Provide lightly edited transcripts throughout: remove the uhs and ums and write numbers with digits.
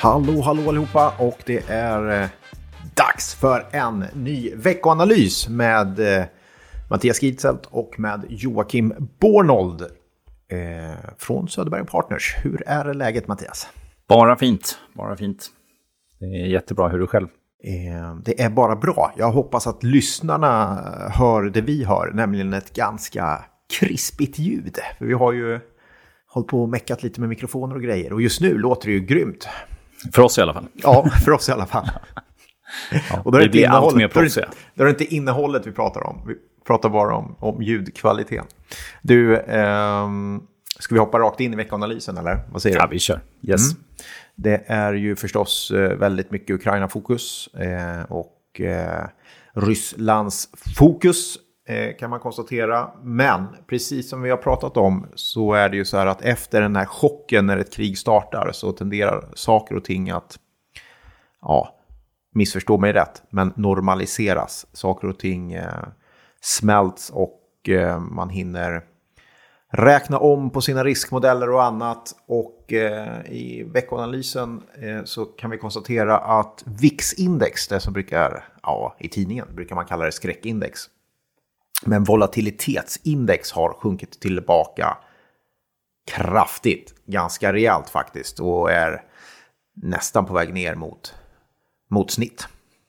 Hallå allihopa, och det är dags för en ny veckoanalys med Mattias Gitzelt och med Joakim Bornold från Söderberg Partners. Hur är läget, Mattias? Bara fint. Det är jättebra. Hur är du själv? Det är bara bra. Jag hoppas att lyssnarna hör det vi hör, nämligen ett ganska krispigt ljud. För vi har ju hållit på och meckat lite med mikrofoner och grejer, och just nu låter det ju grymt. För oss i alla fall. Ja, för oss i alla fall. Ja, och då är det blir allt mer proffsiga. Det är inte innehållet vi pratar om. Vi pratar bara om ljudkvaliteten. Du, ska vi hoppa rakt in i veckoanalysen, eller? Vad säger du? Ja, vi kör. Yes. Det är ju förstås väldigt mycket Ukraina-fokus och Rysslands fokus kan man konstatera. Men precis som vi har pratat om så är det ju så här att efter den här chocken när ett krig startar så tenderar saker och ting att, missförstå mig rätt, men normaliseras. Saker och ting smälts och man hinner räkna om på sina riskmodeller och annat. Och i veckoanalysen så kan vi konstatera att VIX-index, det som brukar, i tidningen brukar man kalla det skräckindex. Men volatilitetsindex har sjunkit tillbaka kraftigt, ganska rejält faktiskt, och är nästan på väg ner mot snitt.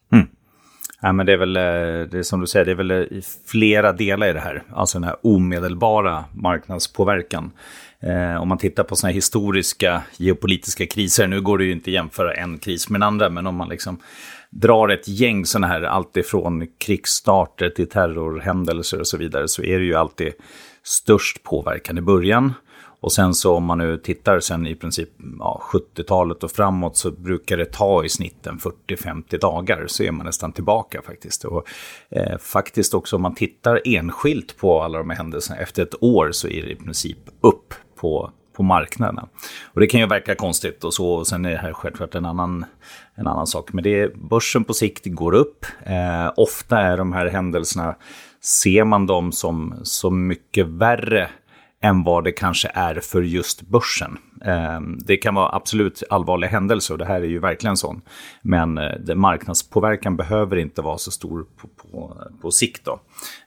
Ja, men det är väl, det är som du säger, det är väl flera delar i det här. Alltså den här omedelbara marknadspåverkan. Om man tittar på såna här historiska geopolitiska kriser, nu går det ju inte att jämföra en kris med en andra, men om man liksom drar ett gäng såna här, allt ifrån krigsstarter till terrorhändelser och så vidare, så är det ju alltid störst påverkan i början. Och sen så om man nu tittar sen i princip 70-talet och framåt, så brukar det ta i snitten 40-50 dagar, så är man nästan tillbaka faktiskt. Och faktiskt också om man tittar enskilt på alla de här händelserna efter ett år, så är det i princip upp på marknaderna. Och det kan ju verka konstigt och så, och sen är det här självklart en annan sak. Men det är, börsen på sikt går upp. Ofta är de här händelserna, ser man dem som mycket värre än vad det kanske är för just börsen. Det kan vara absolut allvarliga händelser, och det här är ju verkligen sån. Men marknadspåverkan behöver inte vara så stor på sikt då.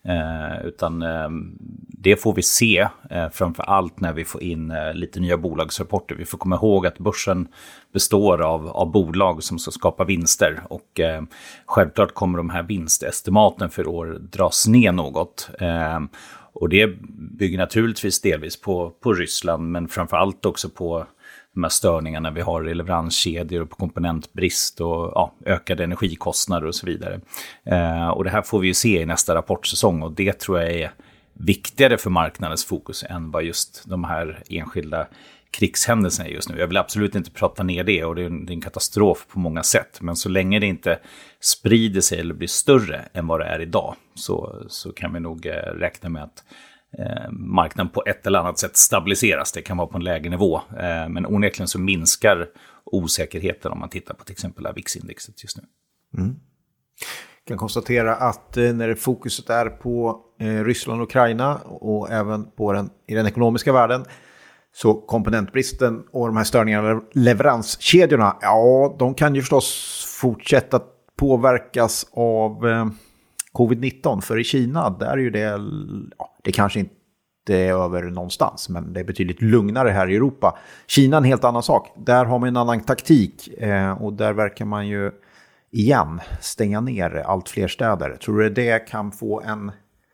Utan det får vi se framför allt när vi får in lite nya bolagsrapporter. Vi får komma ihåg att börsen består av bolag som ska skapa vinster, och självklart kommer de här vinstestimaten för år dras ner något. Och det bygger naturligtvis delvis på Ryssland, men framförallt också på de här störningarna vi har i leveranskedjor och på komponentbrist och ökade energikostnader och så vidare. Och det här får vi ju se i nästa rapportsäsong, och det tror jag är viktigare för marknadens fokus än vad just de här enskilda krigshändelserna är just nu. Jag vill absolut inte prata ner det, och det är en katastrof på många sätt. Men så länge det inte sprider sig eller blir större än vad det är idag, så kan vi nog räkna med att marknaden på ett eller annat sätt stabiliseras. Det kan vara på en lägre nivå. Men onekligen så minskar osäkerheten om man tittar på till exempel VIX-indexet just nu. Jag kan konstatera att när fokuset är på Ryssland och Ukraina, och även på i den ekonomiska världen, så komponentbristen och de här störningarna, leveranskedjorna, de kan ju förstås fortsätta påverkas av covid-19. För i Kina, där är ju det kanske inte är över någonstans, men det är betydligt lugnare här i Europa. Kina är en helt annan sak. Där har man en annan taktik, och där verkar man ju igen stänga ner allt fler städer. Tror du det kan få en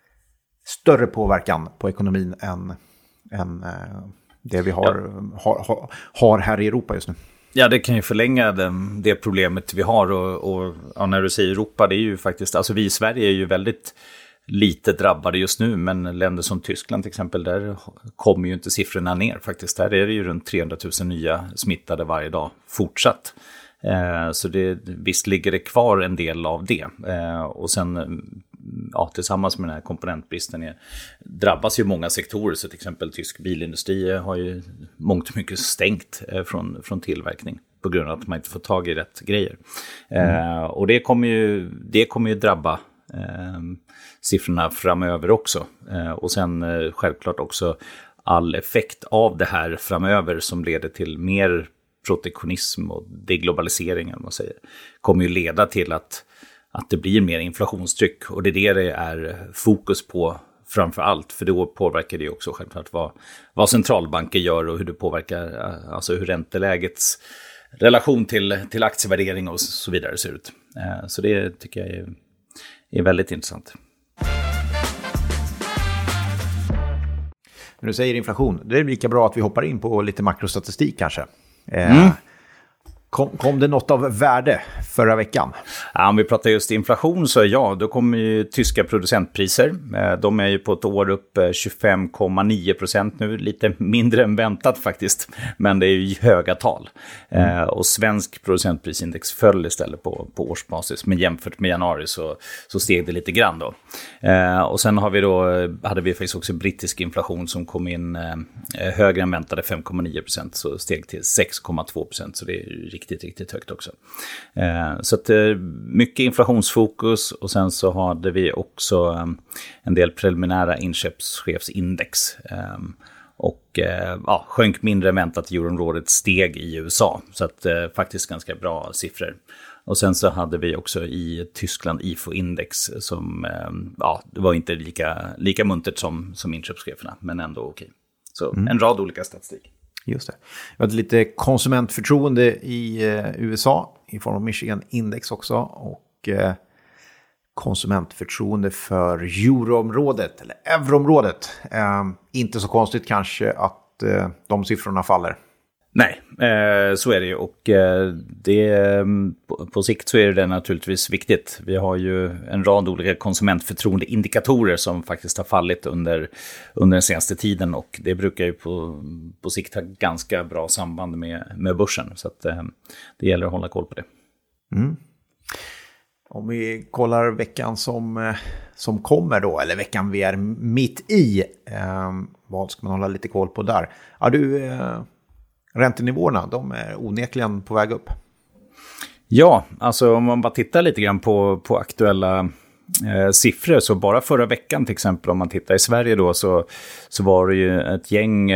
större påverkan på ekonomin än det vi har här i Europa just nu? Ja, det kan ju förlänga det problemet vi har, och när du säger Europa, det är ju faktiskt, alltså vi i Sverige är ju väldigt lite drabbade just nu, men länder som Tyskland till exempel, där kommer ju inte siffrorna ner faktiskt. Där är det ju runt 300 000 nya smittade varje dag fortsatt. Så visst ligger det kvar en del av det. Och sen tillsammans med den här komponentbristen drabbas ju många sektorer. Så till exempel tysk bilindustri har ju mångt mycket stängt från tillverkning på grund av att man inte får tag i rätt grejer. Och det kommer ju drabba siffrorna framöver också. Och sen självklart också all effekt av det här framöver som leder till mer protektionism och deglobalisering, man säger, kommer ju leda till att det blir mer inflationstryck. Och det är fokus på framför allt. För då påverkar det också självklart vad centralbanker gör och hur det påverkar, alltså hur räntelägets relation till aktievärdering och så vidare ser ut. Så det tycker jag är väldigt intressant. När du säger inflation, det är lika bra att vi hoppar in på lite makrostatistik kanske. Kom det något av värde förra veckan? Ja, om vi pratar just inflation så då kommer ju tyska producentpriser. De är ju på ett år upp 25,9% nu, lite mindre än väntat faktiskt. Men det är ju höga tal. Och svensk producentprisindex föll istället på årsbasis. Men jämfört med januari så steg det lite grann då. Och sen hade vi faktiskt också brittisk inflation som kom in högre än väntade, 5,9%. Så steg till 6,2%, så det är riktigt, riktigt högt också. Så att mycket inflationsfokus, och sen så hade vi också en del preliminära inköpschefsindex. Och sjönk mindre än väntat i euroområdet, steg i USA. Så att faktiskt ganska bra siffror. Och sen så hade vi också i Tyskland IFO-index som det var inte lika muntert som inköpscheferna, men ändå okej. Så en rad olika statistik. Just det. Vi hade lite konsumentförtroende i USA i form av Michigan Index också, och konsumentförtroende för euroområdet eller euroområdet. Inte så konstigt kanske att de siffrorna faller. Nej, så är det ju, och på sikt så är det naturligtvis viktigt. Vi har ju en rad olika konsumentförtroendeindikatorer som faktiskt har fallit under den senaste tiden, och det brukar ju på sikt ha ganska bra samband med börsen, så att det gäller att hålla koll på det. Om vi kollar veckan som kommer då, eller veckan vi är mitt i, vad ska man hålla lite koll på där? Räntenivåerna, de är onekligen på väg upp. Ja, alltså om man bara tittar lite grann på aktuella siffror, så bara förra veckan till exempel, om man tittar i Sverige då, så var det ju ett gäng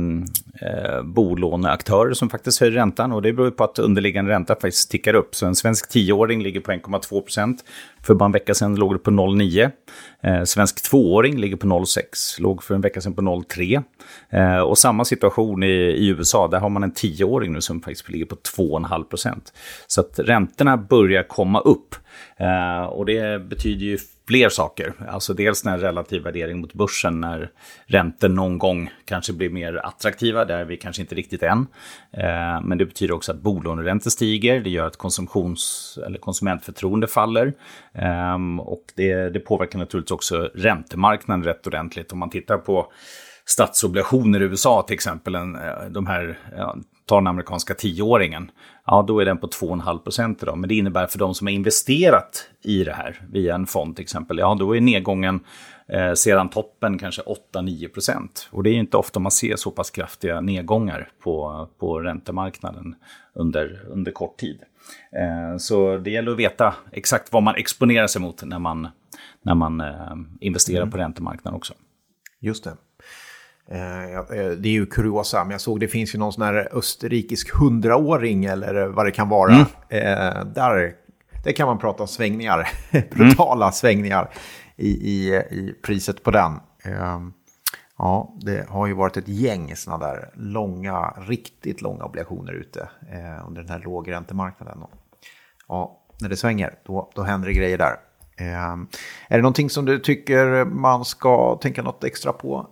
bolåneaktörer som faktiskt höjer räntan, och det beror på att underliggande ränta faktiskt tickar upp. Så en svensk 10-åring ligger på 1,2%. För bara en vecka sedan låg det på 0,9. Svensk 2-åring ligger på 0,6. Låg för en vecka sedan på 0,3. Och samma situation i USA. Där har man en 10-åring nu som faktiskt ligger på 2,5%. Så att räntorna börjar komma upp. Och det betyder ju fler saker. Alltså dels en relativ värdering mot börsen, när räntor någon gång kanske blir mer attraktiva, där vi kanske inte riktigt än. Men det betyder också att bolåneräntor stiger. Det gör att konsumentförtroende faller. Och det påverkar naturligtvis också räntemarknaden rätt ordentligt. Om man tittar på statsobligationer i USA till exempel, tar den amerikanska 10-åringen, då är den på 2,5% idag. Men det innebär för de som har investerat i det här via en fond till exempel, då är nedgången sedan toppen kanske 8-9%. Och det är inte ofta man ser så pass kraftiga nedgångar på räntemarknaden under kort tid. Så det gäller att veta exakt vad man exponerar sig mot när man investerar på räntemarknaden också. Just det. Det är ju kuriosa, men jag såg det finns ju någon sån här österrikisk 100-åring eller vad det kan vara. Där kan man prata svängningar, brutala svängningar i priset på den. Ja, det har ju varit ett gäng såna där riktigt långa obligationer ute under den här lågräntemarknaden. Ja, när det svänger, då händer det grejer där. Är det någonting som du tycker man ska tänka något extra på?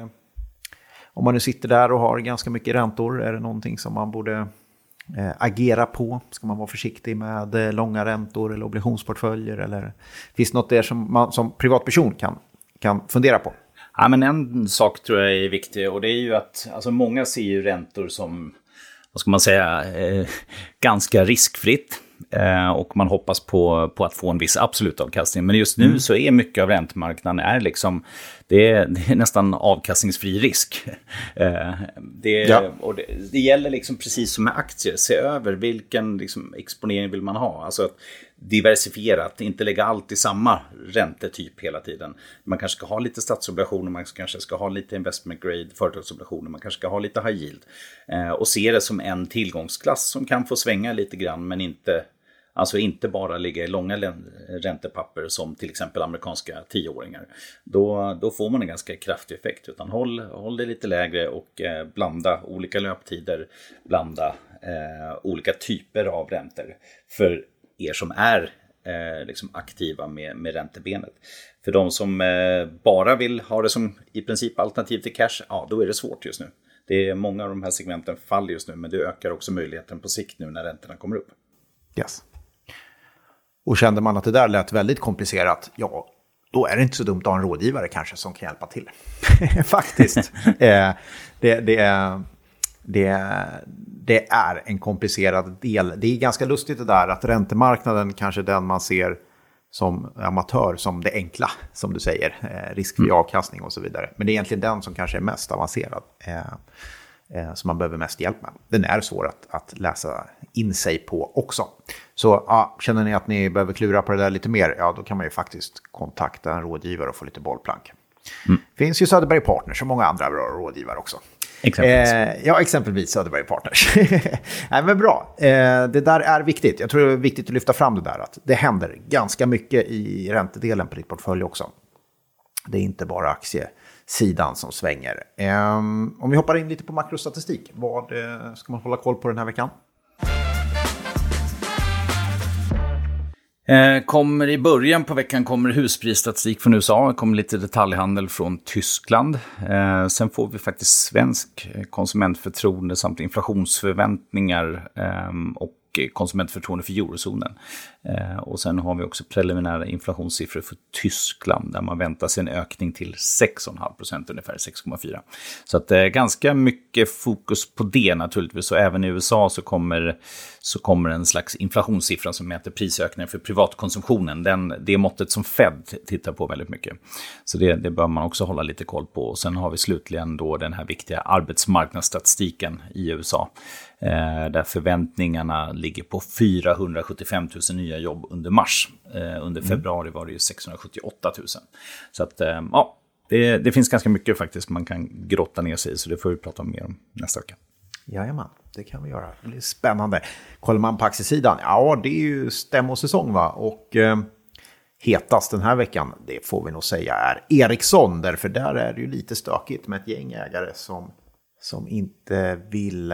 Om man nu sitter där och har ganska mycket räntor, är det någonting som man borde agera på? Ska man vara försiktig med långa räntor eller obligationsportföljer? Eller finns det något där som man som privatperson kan fundera på? Ja, men en sak tror jag är viktig, och det är ju att många ser ju räntor som, vad ska man säga, ganska riskfritt. Och man hoppas på att få en viss absolut avkastning. Men just nu så är mycket av räntemarknaden det är nästan avkastningsfri risk. Och det gäller liksom precis som med aktier. Se över vilken exponering vill man ha. Alltså, diversifierat, inte lägga allt i samma räntetyp hela tiden. Man kanske ska ha lite statsobligationer, man kanske ska ha lite investment grade företagsobligationer, man kanske ska ha lite high yield. Och se det som en tillgångsklass som kan få svänga lite grann, men inte bara ligga i långa räntepapper som till exempel amerikanska 10-åringar. Då får man en ganska kraftig effekt. Utan håll det lite lägre och blanda olika löptider, blanda olika typer av räntor för er som är liksom aktiva med räntebenet. För de som bara vill ha det som i princip alternativ till cash, ja, då är det svårt just nu. Det är många av de här segmenten faller just nu, men det ökar också möjligheten på sikt nu när räntorna kommer upp. Yes. Och kände man att det där lät väldigt komplicerat, ja, då är det inte så dumt att ha en rådgivare kanske som kan hjälpa till. Faktiskt. Det är en komplicerad del. Det är ganska lustigt det där att räntemarknaden kanske är den man ser som amatör som det enkla, som du säger, riskfri avkastning och så vidare. Men det är egentligen den som kanske är mest avancerad, som man behöver mest hjälp med. Den är svår att läsa in sig på också. Så ja, känner ni att ni behöver klura på det där lite mer, ja, då kan man ju faktiskt kontakta en rådgivare och få lite bollplank. Finns ju Söderberg Partners och många andra bra rådgivare också. Exempelvis Söderberg Partners. Nej, men bra. Det där är viktigt. Jag tror det är viktigt att lyfta fram det där. Att det händer ganska mycket i räntedelen på ditt portfölj också. Det är inte bara aktiesidan som svänger. Om vi hoppar in lite på makrostatistik. Vad ska man hålla koll på den här veckan? I början på veckan kommer husprisstatistik från USA, kommer lite detaljhandel från Tyskland. Sen får vi faktiskt svensk konsumentförtroende samt inflationsförväntningar och konsumentförtroende för eurozonen. Och sen har vi också preliminära inflationssiffror för Tyskland där man väntar sig en ökning till 6,5%, ungefär 6,4%. Så att ganska mycket fokus på det naturligtvis. Och även i USA så kommer en slags inflationssiffra som mäter prisökningen för privatkonsumtionen. Det måttet som Fed tittar på väldigt mycket. Så det bör man också hålla lite koll på. Och sen har vi slutligen då den här viktiga arbetsmarknadsstatistiken i USA. Där förväntningarna ligger på 475 000 nya jobb under mars. Under februari var det ju 678 000. Så att ja, det finns ganska mycket faktiskt man kan grotta ner sig i, så det får vi prata mer om nästa vecka. Jajamän, det kan vi göra. Det är spännande. Kollar man på aktiesidan, ja, det är ju stämmosäsong va? Och hetast den här veckan, det får vi nog säga, är Ericsson. Därför där är det ju lite stökigt med ett gäng ägare som inte vill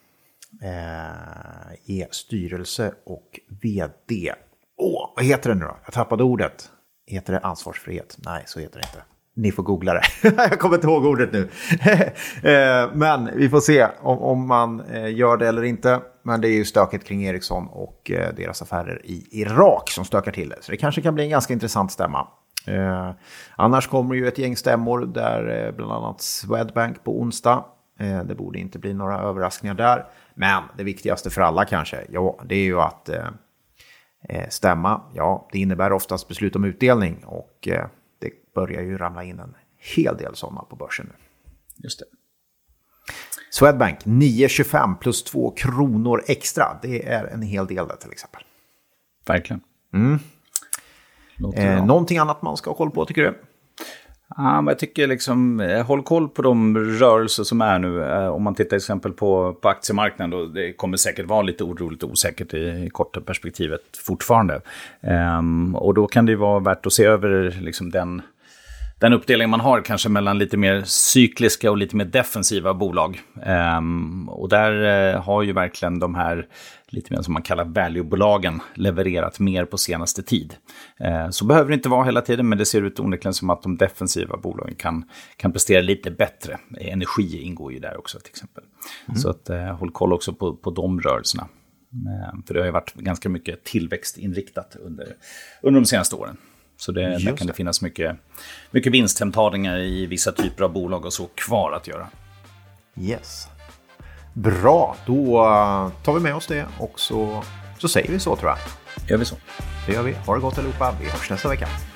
ge styrelse och vd. Vad heter det nu då? Jag tappade ordet. Heter det ansvarsfrihet? Nej, så heter det inte. Ni får googla det. Jag kommer inte ihåg ordet nu. Men vi får se om man gör det eller inte. Men det är ju stökigt kring Ericsson och deras affärer i Irak som stökar till det. Så det kanske kan bli en ganska intressant stämma. Annars kommer ju ett gäng stämmor där bland annat Swedbank på onsdag. Det borde inte bli några överraskningar där. Men det viktigaste för alla kanske, ja, det är ju att stämma. Ja, det innebär oftast beslut om utdelning och det börjar ju ramla in en hel del sådana på börsen nu. Just det. Swedbank 9,25 plus 2 kronor extra. Det är en hel del där till exempel. Verkligen. Någonting annat man ska ha koll på tycker du? Ja, men jag tycker håll koll på de rörelser som är nu. Om man tittar till exempel på aktiemarknaden, då det kommer säkert vara lite oroligt och osäkert i korta perspektivet fortfarande. Och då kan det ju vara värt att se över den uppdelning man har kanske mellan lite mer cykliska och lite mer defensiva bolag. Och där har ju verkligen de här lite mer som man kallar valuebolagen levererat mer på senaste tid. Så behöver det inte vara hela tiden, men det ser ut onekligen som att de defensiva bolagen kan prestera lite bättre. Energi ingår ju där också till exempel. Så att håll koll också på de rörelserna. För det har ju varit ganska mycket tillväxtinriktat under de senaste åren. Så där kan det finnas mycket vinsthemtagningar i vissa typer av bolag och så kvar att göra. Yes. Bra, då tar vi med oss det och så säger vi så tror jag. Gör vi så. Det gör vi. Ha det gott allihopa. Vi hörs nästa vecka.